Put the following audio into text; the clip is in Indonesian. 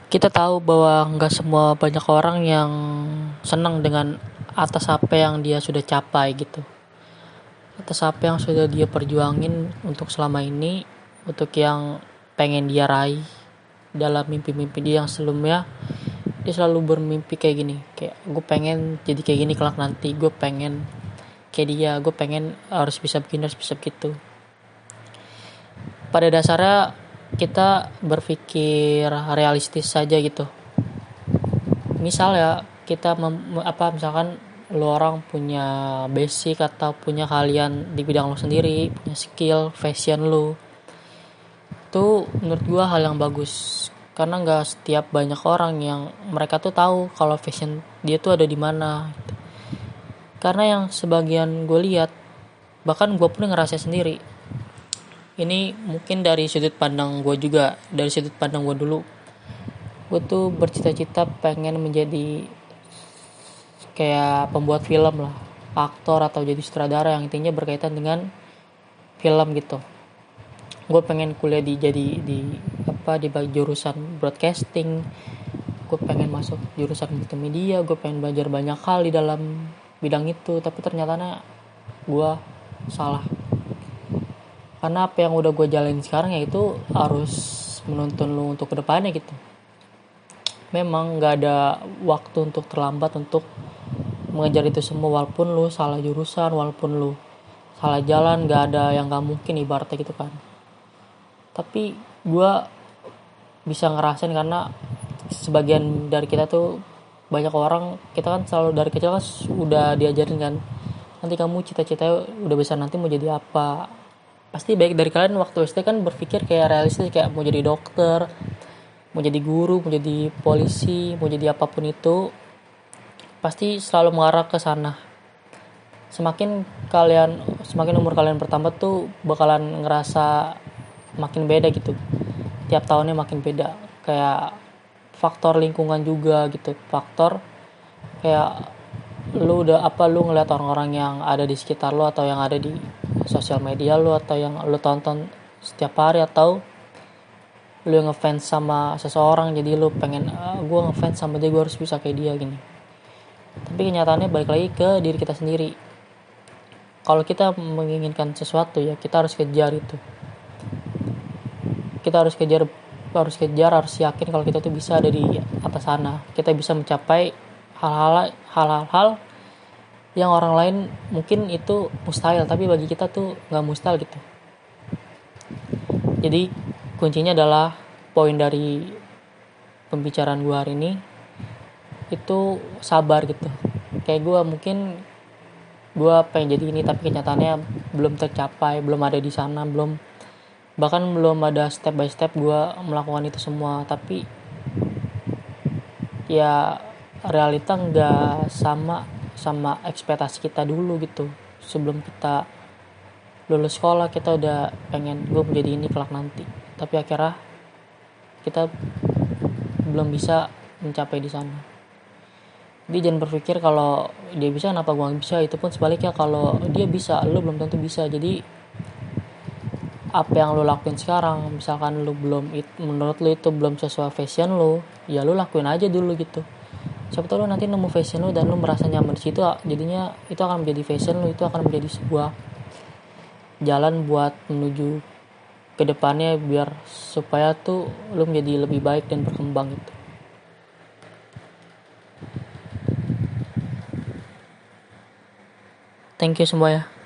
Kita tahu bahwa nggak semua banyak orang yang senang dengan atas apa yang dia sudah capai gitu, atas apa yang sudah dia perjuangin untuk selama ini, untuk yang pengen dia raih dalam mimpi-mimpi dia yang sebelumnya. Dia selalu bermimpi kayak gini, kayak gue pengen jadi kayak gini kelak nanti, gue pengen kayak dia, gue pengen harus bisa begini, harus bisa begitu. Pada dasarnya kita berpikir realistis saja gitu. Misal ya kita misalkan lo orang punya basic atau punya kalian di bidang lo sendiri, punya skill, fashion lo, itu menurut gua hal yang bagus, karena nggak setiap banyak orang yang mereka tuh tahu kalau fashion dia tuh ada di mana. Karena yang sebagian gue lihat, bahkan gue pun ngerasa sendiri, ini mungkin dari sudut pandang gue juga, dari sudut pandang gue dulu, gue tuh bercita-cita pengen menjadi kayak pembuat film lah, aktor atau jadi sutradara yang intinya berkaitan dengan film gitu. Gue pengen kuliah di jurusan broadcasting, gue pengen masuk jurusan multimedia, gue pengen belajar banyak hal di dalam bidang itu. Tapi ternyata gue salah, karena apa yang udah gue jalanin sekarang yaitu harus menuntun lu untuk kedepannya gitu. Memang nggak ada waktu untuk terlambat untuk mengejar itu semua, walaupun lu salah jurusan, walaupun lu salah jalan, nggak ada yang nggak mungkin ibaratnya gitu kan. Tapi gue bisa ngerasain, karena sebagian dari kita tuh, banyak orang, kita kan selalu dari kecil kan udah diajarin kan, nanti kamu cita-citanya udah besar nanti mau jadi apa. Pasti baik dari kalian waktu SD kan berpikir kayak realistis, kayak mau jadi dokter, mau jadi guru, mau jadi polisi, mau jadi apapun itu, pasti selalu mengarah ke sana. Semakin umur kalian bertambah tuh bakalan ngerasa makin beda gitu, tiap tahunnya makin beda. Kayak faktor lingkungan juga gitu, faktor kayak lu ngeliat orang-orang yang ada di sekitar lu, atau yang ada di sosial media lu, atau yang lu tonton setiap hari, atau lu ngefans sama seseorang jadi lu pengen gue ngefans sama dia, gue harus bisa kayak dia gini. Tapi kenyataannya balik lagi ke diri kita sendiri. Kalau kita menginginkan sesuatu ya kita harus kejar itu, kita harus harus yakin kalau kita tuh bisa ada di atas sana, kita bisa mencapai hal-hal yang orang lain mungkin itu mustahil, tapi bagi kita tuh nggak mustahil gitu. Jadi kuncinya adalah, poin dari pembicaraan gue hari ini itu sabar gitu. Kayak gue pengen jadi ini, tapi kenyataannya belum tercapai, belum ada di sana, bahkan belum ada step by step gue melakukan itu semua. Tapi ya realita nggak sama ekspektasi kita dulu gitu. Sebelum kita lulus sekolah kita udah pengen gue menjadi ini kelak nanti, tapi akhirnya kita belum bisa mencapai di sana. Jadi jangan berpikir kalau dia bisa kenapa gue nggak bisa. Itu pun sebaliknya, kalau dia bisa lu belum tentu bisa. Jadi apa yang lu lakuin sekarang, misalkan menurut lu itu belum sesuai fashion lu, ya lu lakuin aja dulu gitu. Siapa tahu lu nanti nemu fashion lu dan lu merasa nyaman di situ, jadinya itu akan menjadi fashion lu, itu akan menjadi sebuah jalan buat menuju ke depannya, biar supaya tuh lu menjadi lebih baik dan berkembang gitu. Thank you semua ya.